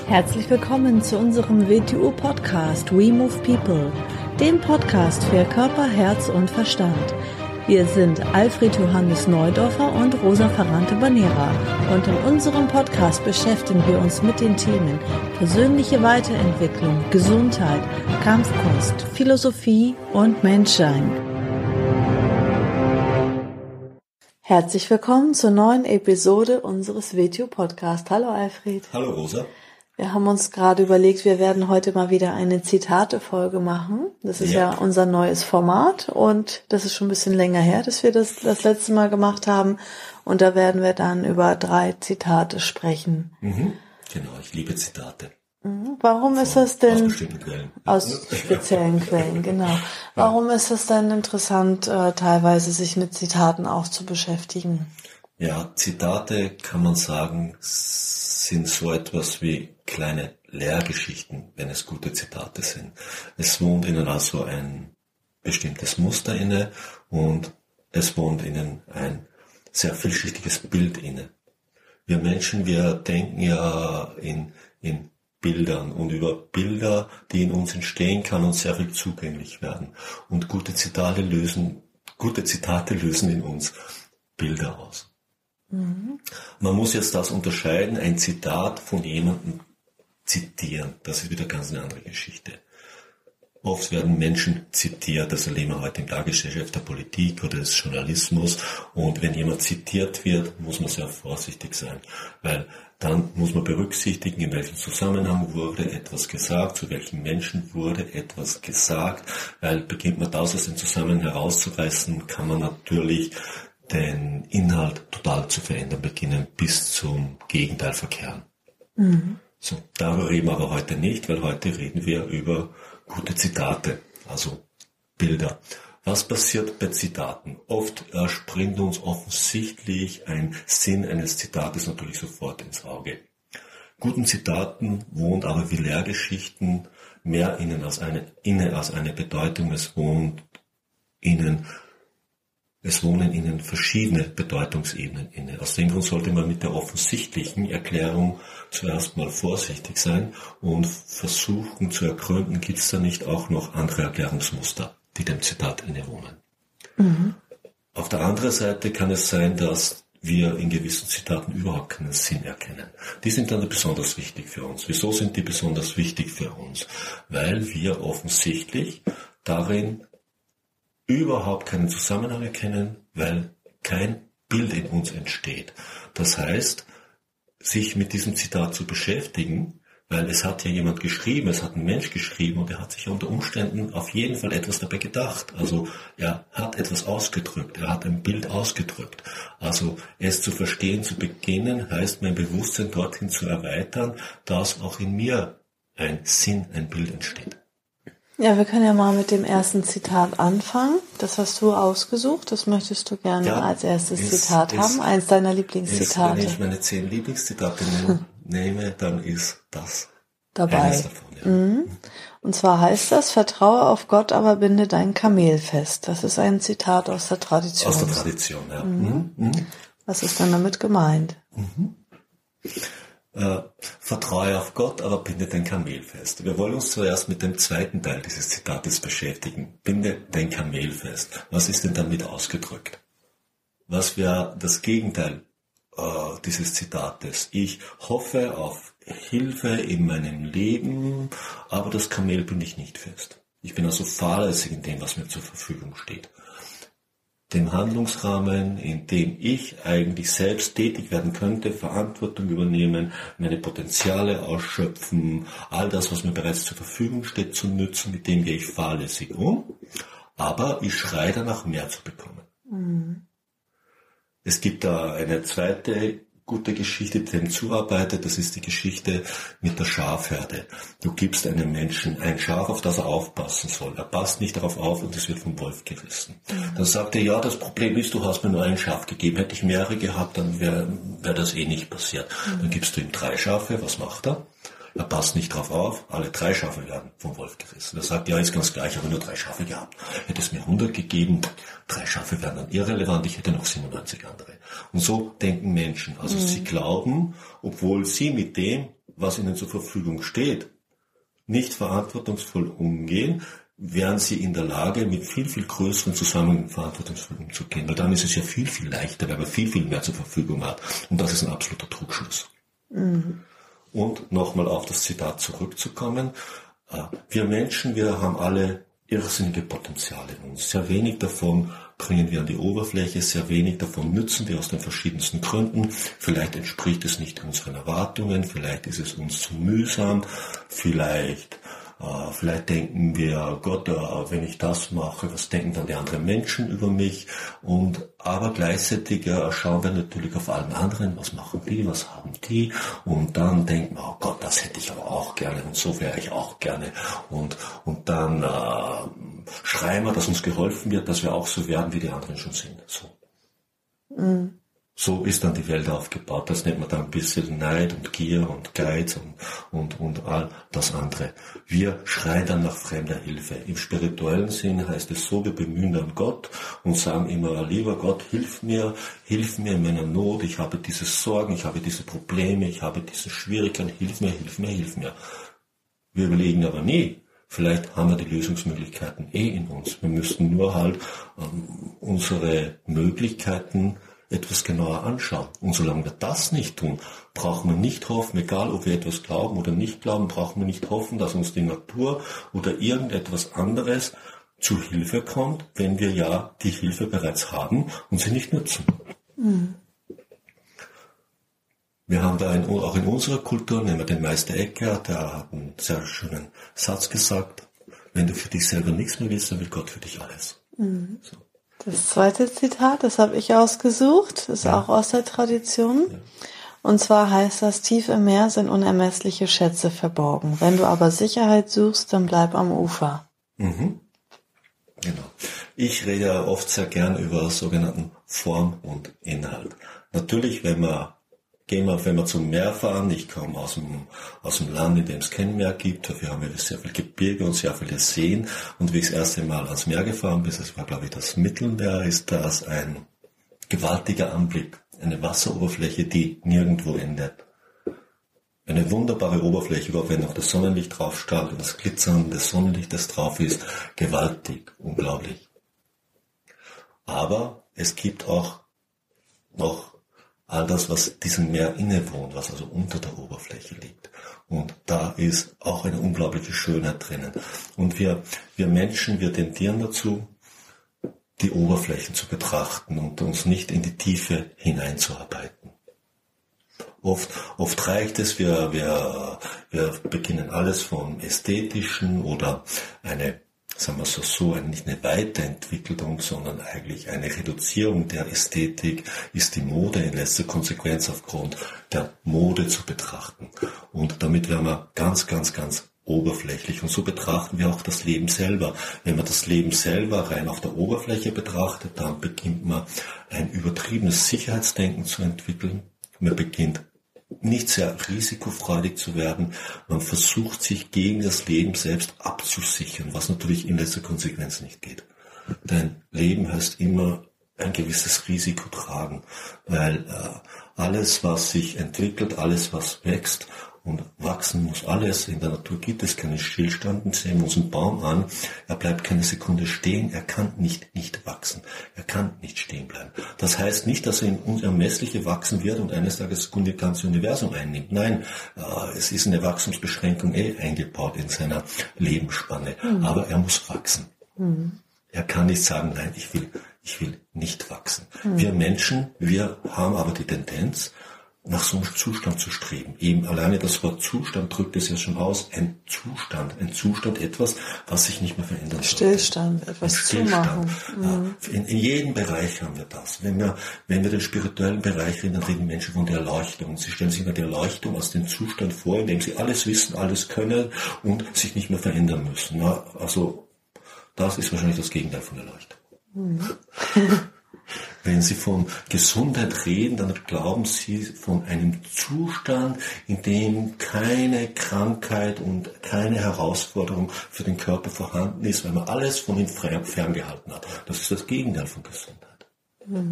Herzlich willkommen zu unserem WTU-Podcast We Move People, dem Podcast für Körper, Herz und Verstand. Wir sind Alfred Johannes Neudorfer und Rosa Ferrante-Banera und in unserem Podcast beschäftigen wir uns mit den Themen persönliche Weiterentwicklung, Gesundheit, Kampfkunst, Philosophie und Menschsein. Herzlich willkommen zur neuen Episode unseres WTU-Podcasts. Hallo Alfred. Hallo Rosa. Wir haben uns gerade überlegt, wir werden heute mal wieder eine Zitate-Folge machen. Das ist ja unser neues Format und das ist schon ein bisschen länger her, dass wir das letzte Mal gemacht haben. Und da werden wir dann über 3 Zitate sprechen. Genau, ich liebe Zitate. Warum ist das denn? Aus bestimmten Quellen. Aus speziellen Quellen, genau. Warum ist es denn interessant, teilweise sich mit Zitaten auch zu beschäftigen? Ja, Zitate, kann man sagen, sind so etwas wie kleine Lehrgeschichten, wenn es gute Zitate sind. Es wohnt ihnen also ein bestimmtes Muster inne und es wohnt ihnen ein sehr vielschichtiges Bild inne. Wir Menschen, wir denken ja in Bildern und über Bilder, die in uns entstehen, kann uns sehr viel zugänglich werden. Und gute Zitate lösen in uns Bilder aus. Man muss jetzt das unterscheiden, ein Zitat von jemandem zitieren. Das ist wieder ganz eine andere Geschichte. Oft werden Menschen zitiert, das erleben wir heute im Tagesgeschäft der Politik oder des Journalismus. Und wenn jemand zitiert wird, muss man sehr vorsichtig sein, weil dann muss man berücksichtigen, in welchem Zusammenhang wurde etwas gesagt, zu welchen Menschen wurde etwas gesagt, weil beginnt man das aus dem Zusammenhang herauszureißen, kann man natürlich den Inhalt total zu verändern beginnen, bis zum Gegenteil verkehren. So, darüber reden wir aber heute nicht, weil heute reden wir über gute Zitate, also Bilder. Was passiert bei Zitaten? Oft springt uns offensichtlich ein Sinn eines Zitates natürlich sofort ins Auge. Guten Zitaten wohnt aber wie Lehrgeschichten mehr inne als eine Bedeutung. Es wohnen ihnen verschiedene Bedeutungsebenen inne. Aus dem Grund sollte man mit der offensichtlichen Erklärung zuerst mal vorsichtig sein und versuchen zu ergründen, gibt es da nicht auch noch andere Erklärungsmuster, die dem Zitat innewohnen. Auf der anderen Seite kann es sein, dass wir in gewissen Zitaten überhaupt keinen Sinn erkennen. Die sind dann besonders wichtig für uns. Wieso sind die besonders wichtig für uns? Weil wir offensichtlich darin überhaupt keinen Zusammenhang erkennen, weil kein Bild in uns entsteht. Das heißt, sich mit diesem Zitat zu beschäftigen, weil es hat ja jemand geschrieben, es hat ein Mensch geschrieben und er hat sich ja unter Umständen auf jeden Fall etwas dabei gedacht. Also er hat etwas ausgedrückt, er hat ein Bild ausgedrückt. Also es zu verstehen, zu beginnen, heißt mein Bewusstsein dorthin zu erweitern, dass auch in mir ein Sinn, ein Bild entsteht. Ja, wir können ja mal mit dem ersten Zitat anfangen. Das hast du ausgesucht. Das möchtest du gerne als erstes Zitat haben. Eins deiner Lieblingszitate. Wenn ich meine 10 Lieblingszitate nehme, dann ist das dabei. Eines davon, ja. Und zwar heißt das, vertraue auf Gott, aber binde dein Kamel fest. Das ist ein Zitat aus der Tradition. Aus der Tradition, ja. Was ist dann damit gemeint? Vertraue auf Gott, aber binde dein Kamel fest. Wir wollen uns zuerst mit dem zweiten Teil dieses Zitates beschäftigen. Binde dein Kamel fest. Was ist denn damit ausgedrückt? Was wäre das Gegenteil dieses Zitates? Ich hoffe auf Hilfe in meinem Leben, aber das Kamel binde ich nicht fest. Ich bin also fahrlässig in dem, was mir zur Verfügung steht. Dem Handlungsrahmen, in dem ich eigentlich selbst tätig werden könnte, Verantwortung übernehmen, meine Potenziale ausschöpfen, all das, was mir bereits zur Verfügung steht, zu nützen, mit dem gehe ich fahrlässig um, aber ich schreie danach mehr zu bekommen. Es gibt da eine zweite gute Geschichte, die dem zuarbeitet, das ist die Geschichte mit der Schafherde. Du gibst einem Menschen ein Schaf, auf das er aufpassen soll. Er passt nicht darauf auf und es wird vom Wolf gerissen. Dann sagt er, ja, das Problem ist, du hast mir nur ein Schaf gegeben. Hätte ich mehrere gehabt, dann wäre das eh nicht passiert. Dann gibst du ihm 3 Schafe, was macht er? Er passt nicht drauf auf, alle 3 Schafe werden vom Wolf gerissen. Er sagt, ja, ist ganz gleich, ich habe nur 3 Schafe gehabt. Hätte es mir 100 gegeben, 3 Schafe wären dann irrelevant, ich hätte noch 97 andere. Und so denken Menschen. Also sie glauben, obwohl sie mit dem was ihnen zur Verfügung steht, nicht verantwortungsvoll umgehen, wären sie in der Lage, mit viel, viel größeren Zusammenhängen verantwortungsvoll umzugehen. Weil dann ist es ja viel, viel leichter, weil man viel, viel mehr zur Verfügung hat. Und das ist ein absoluter Trugschluss. Mhm. Und nochmal auf das Zitat zurückzukommen. Wir Menschen, wir haben alle irrsinnige Potenziale in uns. Sehr wenig davon bringen wir an die Oberfläche, sehr wenig davon nützen wir aus den verschiedensten Gründen. Vielleicht entspricht es nicht unseren Erwartungen, vielleicht ist es uns zu mühsam, vielleicht denken wir, Gott, wenn ich das mache, was denken dann die anderen Menschen über mich? Aber gleichzeitig schauen wir natürlich auf allen anderen, was machen die, was haben die? Und dann denken wir, oh Gott, das hätte ich aber auch gerne und so wäre ich auch gerne. Und dann schreien wir, dass uns geholfen wird, dass wir auch so werden, wie die anderen schon sind. So. Mhm. So ist dann die Welt aufgebaut. Das nennt man dann ein bisschen Neid und Gier und Geiz und all das andere. Wir schreien dann nach fremder Hilfe. Im spirituellen Sinn heißt es so, wir bemühen dann Gott und sagen immer, lieber Gott, hilf mir in meiner Not, ich habe diese Sorgen, ich habe diese Probleme, ich habe diese Schwierigkeiten, hilf mir. Wir überlegen aber nie, vielleicht haben wir die Lösungsmöglichkeiten in uns. Wir müssten nur halt unsere Möglichkeiten etwas genauer anschauen. Und solange wir das nicht tun, brauchen wir nicht hoffen, egal ob wir etwas glauben oder nicht glauben, brauchen wir nicht hoffen, dass uns die Natur oder irgendetwas anderes zu Hilfe kommt, wenn wir ja die Hilfe bereits haben und sie nicht nutzen. Mhm. Wir haben da auch in unserer Kultur, nehmen wir den Meister Eckhart, der hat einen sehr schönen Satz gesagt, wenn du für dich selber nichts mehr willst, dann will Gott für dich alles. Mhm. So. Das zweite Zitat, das habe ich ausgesucht, ist auch aus der Tradition. Ja. Und zwar heißt das, tief im Meer sind unermessliche Schätze verborgen. Wenn du aber Sicherheit suchst, dann bleib am Ufer. Mhm. Genau. Ich rede ja oft sehr gern über sogenannten Form und Inhalt. Natürlich, wenn wir zum Meer fahren, ich komme aus dem Land, in dem es kein Meer gibt, dafür haben wir sehr viel Gebirge und sehr viele Seen. Und wie ich das erste Mal ans Meer gefahren bin, das war, glaube ich, das Mittelmeer, ist das ein gewaltiger Anblick. Eine Wasseroberfläche, die nirgendwo endet. Eine wunderbare Oberfläche, überhaupt wenn noch das Sonnenlicht drauf stand und das Glitzern des Sonnenlichtes drauf ist, gewaltig, unglaublich. Aber es gibt auch noch all das, was diesem Meer innewohnt, was also unter der Oberfläche liegt. Und da ist auch eine unglaubliche Schönheit drinnen. Und wir Menschen, wir tendieren dazu, die Oberflächen zu betrachten und uns nicht in die Tiefe hineinzuarbeiten. Oft reicht es, wir beginnen alles vom Ästhetischen oder nicht eine Weiterentwicklung, sondern eigentlich eine Reduzierung der Ästhetik ist die Mode in letzter Konsequenz aufgrund der Mode zu betrachten. Und damit werden wir ganz, ganz, ganz oberflächlich. Und so betrachten wir auch das Leben selber. Wenn man das Leben selber rein auf der Oberfläche betrachtet, dann beginnt man ein übertriebenes Sicherheitsdenken zu entwickeln. Man beginnt nicht sehr risikofreudig zu werden. Man versucht, sich gegen das Leben selbst abzusichern, was natürlich in letzter Konsequenz nicht geht. Denn Leben heißt immer ein gewisses Risiko tragen, weil alles, was sich entwickelt, alles, was wächst und wachsen muss, alles, in der Natur gibt es keinen Stillstand. Sehen wir uns einen Baum an, er bleibt keine Sekunde stehen, er kann nicht wachsen, er kann nicht stehen bleiben. Das heißt nicht, dass er in unermessliche wachsen wird und eines Tages das ganze Universum einnimmt. Nein, es ist eine Wachstumsbeschränkung eingebaut in seiner Lebensspanne, aber er muss wachsen. Mhm. Er kann nicht sagen, nein, ich will nicht wachsen. Mhm. Wir Menschen, wir haben aber die Tendenz, nach so einem Zustand zu streben. Eben alleine das Wort Zustand drückt es ja schon aus. Ein Zustand, etwas, was sich nicht mehr verändern soll. Stillstand, etwas zumachen. Mhm. In jedem Bereich haben wir das. Wenn wir den spirituellen Bereich reden, dann reden Menschen von der Erleuchtung. Sie stellen sich immer die Erleuchtung als den Zustand vor, in dem sie alles wissen, alles können und sich nicht mehr verändern müssen. Ja, also das ist wahrscheinlich das Gegenteil von Erleuchtung. Mhm. Wenn Sie von Gesundheit reden, dann glauben Sie von einem Zustand, in dem keine Krankheit und keine Herausforderung für den Körper vorhanden ist, weil man alles von ihm ferngehalten hat. Das ist das Gegenteil von Gesundheit. Mhm.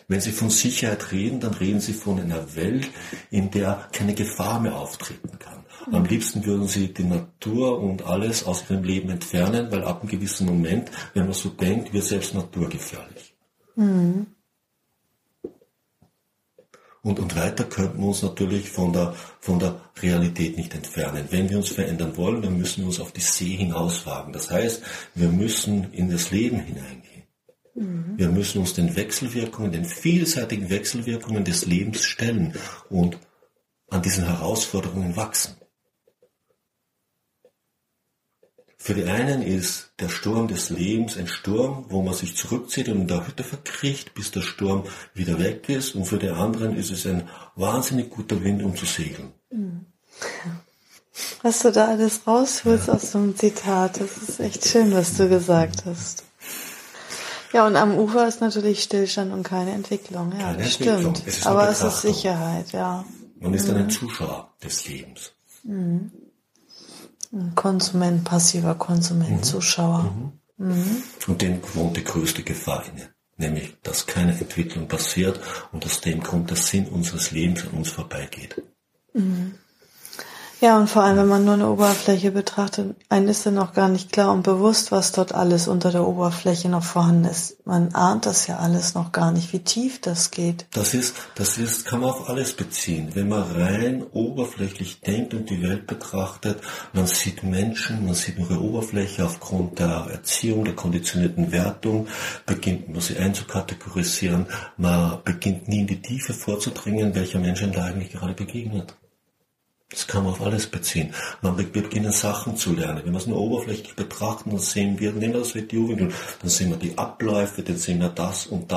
Wenn Sie von Sicherheit reden, dann reden Sie von einer Welt, in der keine Gefahr mehr auftreten kann. Am liebsten würden Sie die Natur und alles aus Ihrem Leben entfernen, weil ab einem gewissen Moment, wenn man so denkt, wird selbst Natur gefährlich. Mhm. Und weiter könnten wir uns natürlich von der Realität nicht entfernen. Wenn wir uns verändern wollen, dann müssen wir uns auf die See hinauswagen. Das heißt, wir müssen in das Leben hineingehen. Mhm. Wir müssen uns den Wechselwirkungen, den vielseitigen Wechselwirkungen des Lebens stellen und an diesen Herausforderungen wachsen. Für die einen ist der Sturm des Lebens ein Sturm, wo man sich zurückzieht und in der Hütte verkriecht, bis der Sturm wieder weg ist. Und für die anderen ist es ein wahnsinnig guter Wind, um zu segeln. Was du da alles rausholst aus so einem Zitat, das ist echt schön, was du gesagt hast. Ja, und am Ufer ist natürlich Stillstand und keine Entwicklung. Ja, das stimmt. Aber es ist Sicherheit, ja. Man ist ein Zuschauer des Lebens. Mhm. Konsument, passiver Konsument, Zuschauer. Und dem wohnt die größte Gefahr inne, nämlich, dass keine Entwicklung passiert und aus dem Grund der Sinn unseres Lebens an uns vorbeigeht. Mhm. Ja, und vor allem, wenn man nur eine Oberfläche betrachtet, einem ist dann auch gar nicht klar und bewusst, was dort alles unter der Oberfläche noch vorhanden ist. Man ahnt das ja alles noch gar nicht, wie tief das geht. Das kann man auf alles beziehen. Wenn man rein oberflächlich denkt und die Welt betrachtet, man sieht Menschen, man sieht ihre Oberfläche aufgrund der Erziehung, der konditionierten Wertung, beginnt man sie einzukategorisieren, man beginnt nie in die Tiefe vorzudringen, welcher Mensch einem da eigentlich gerade begegnet. Das kann man auf alles beziehen. Man beginnt Sachen zu lernen. Wenn wir es nur oberflächlich betrachten, dann sehen wir, nehmen wir das WTO-Winkel, dann sehen wir die Abläufe, dann sehen wir das und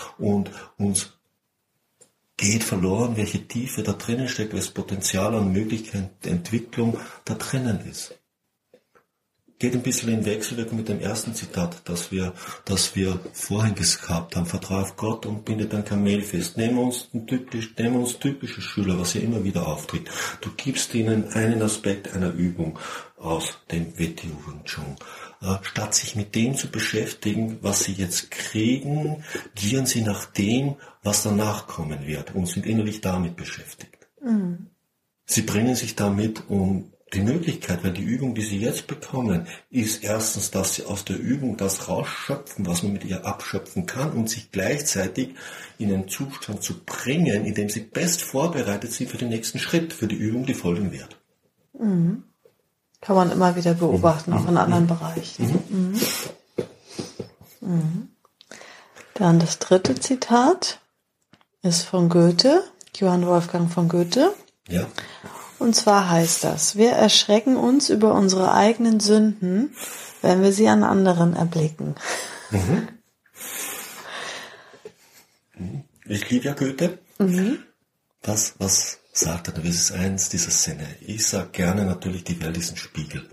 uns geht verloren, welche Tiefe da drinnen steckt, welches Potenzial an Möglichkeiten der Entwicklung da drinnen ist. Geht ein bisschen in Wechselwirkung mit dem ersten Zitat, das wir vorhin gehabt haben. Vertraue auf Gott und bindet ein Kamel fest. Nehmen wir uns typische Schüler, was ja immer wieder auftritt. Du gibst ihnen einen Aspekt einer Übung aus dem WTO Wing Chun. Statt sich mit dem zu beschäftigen, was sie jetzt kriegen, gieren sie nach dem, was danach kommen wird und sind innerlich damit beschäftigt. Mhm. Sie bringen sich damit um die Möglichkeit, weil die Übung, die sie jetzt bekommen, ist erstens, dass sie aus der Übung das rausschöpfen, was man mit ihr abschöpfen kann und sich gleichzeitig in einen Zustand zu bringen, in dem sie best vorbereitet sind für den nächsten Schritt, für die Übung, die folgen wird. Mhm. Kann man immer wieder beobachten, auch in anderen Bereichen. Dann das dritte Zitat ist von Goethe, Johann Wolfgang von Goethe. Ja. Und zwar heißt das: Wir erschrecken uns über unsere eigenen Sünden, wenn wir sie an anderen erblicken. Ich liebe ja Goethe. Was sagt er? Das ist eins dieser Sinne. Ich sage gerne natürlich, die Welt ist ein Spiegel.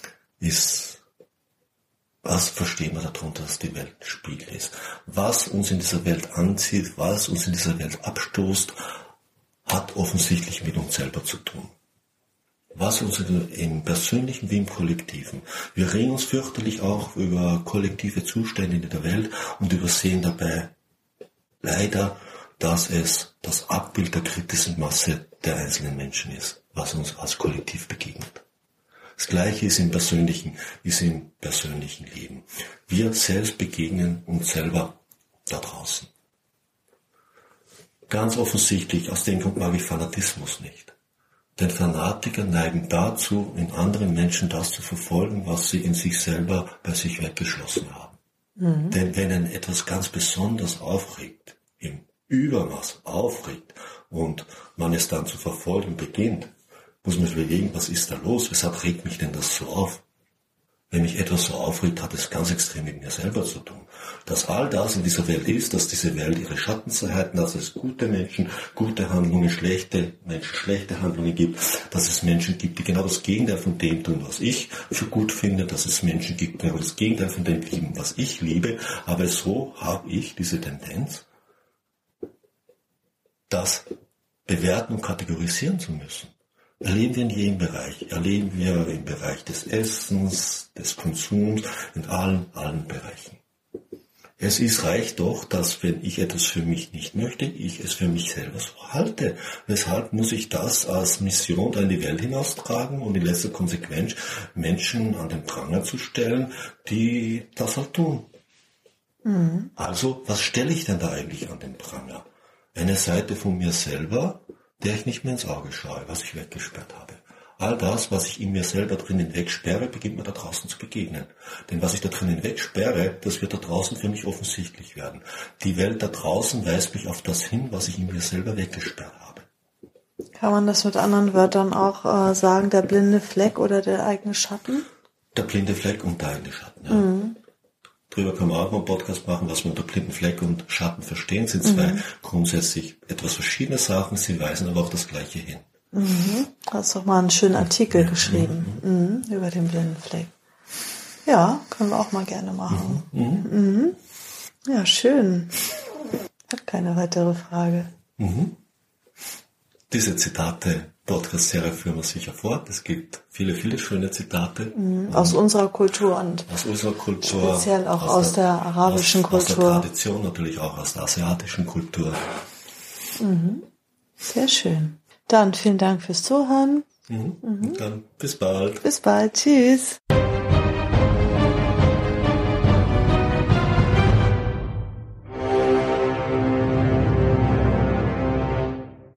Was verstehen wir darunter, dass die Welt ein Spiegel ist? Was uns in dieser Welt anzieht, was uns in dieser Welt abstoßt, hat offensichtlich mit uns selber zu tun. Was uns im Persönlichen wie im Kollektiven. Wir reden uns fürchterlich auch über kollektive Zustände in der Welt und übersehen dabei leider, dass es das Abbild der kritischen Masse der einzelnen Menschen ist, was uns als Kollektiv begegnet. Das Gleiche ist im persönlichen Leben. Wir selbst begegnen uns selber da draußen. Ganz offensichtlich, aus dem Grund mag ich Fanatismus nicht. Denn Fanatiker neigen dazu, in anderen Menschen das zu verfolgen, was sie in sich selber bei sich weggeschlossen haben. Denn wenn einen etwas ganz besonders aufregt, im Übermaß aufregt und man es dann zu verfolgen beginnt, muss man sich überlegen, was ist da los? Weshalb regt mich denn das so auf? Wenn mich etwas so aufregt, hat es ganz extrem mit mir selber zu tun. Dass all das in dieser Welt ist, dass diese Welt ihre Schattenseiten, dass es gute Menschen, gute Handlungen, schlechte Menschen, schlechte Handlungen gibt, dass es Menschen gibt, die genau das Gegenteil von dem tun, was ich für gut finde, dass es Menschen gibt, die genau das Gegenteil von dem lieben, was ich liebe. Aber so habe ich diese Tendenz, das bewerten und kategorisieren zu müssen. Erleben wir in jedem Bereich. Erleben wir im Bereich des Essens, des Konsums, in allen Bereichen. reicht doch, dass wenn ich etwas für mich nicht möchte, ich es für mich selber so halte. Weshalb muss ich das als Mission da in die Welt hinaustragen und in letzter Konsequenz Menschen an den Pranger zu stellen, die das halt tun? Mhm. Also, was stelle ich denn da eigentlich an den Pranger? Eine Seite von mir selber, der ich nicht mehr ins Auge schaue, was ich weggesperrt habe. All das, was ich in mir selber drinnen wegsperre, beginnt mir da draußen zu begegnen. Denn was ich da drinnen wegsperre, das wird da draußen für mich offensichtlich werden. Die Welt da draußen weist mich auf das hin, was ich in mir selber weggesperrt habe. Kann man das mit anderen Wörtern auch sagen, der blinde Fleck oder der eigene Schatten? Der blinde Fleck und der eigene Schatten, ja. Mhm. Darüber kann man auch mal einen Podcast machen, was wir unter blinden Fleck und Schatten verstehen. Sind zwei grundsätzlich etwas verschiedene Sachen, sie weisen aber auf das Gleiche hin. Mhm. Du hast doch mal einen schönen Artikel geschrieben über den blinden Fleck. Ja, können wir auch mal gerne machen. Mhm. Ja, schön. Ich habe keine weitere Frage. Mhm. Diese Zitate, Podcast-Serie führen wir sicher fort. Es gibt viele, viele schöne Zitate. Aus unserer Kultur und aus unserer Kultur, speziell auch aus der arabischen Kultur. Aus der Tradition, natürlich auch aus der asiatischen Kultur. Sehr schön. Dann vielen Dank fürs Zuhören. Und dann bis bald. Bis bald. Tschüss.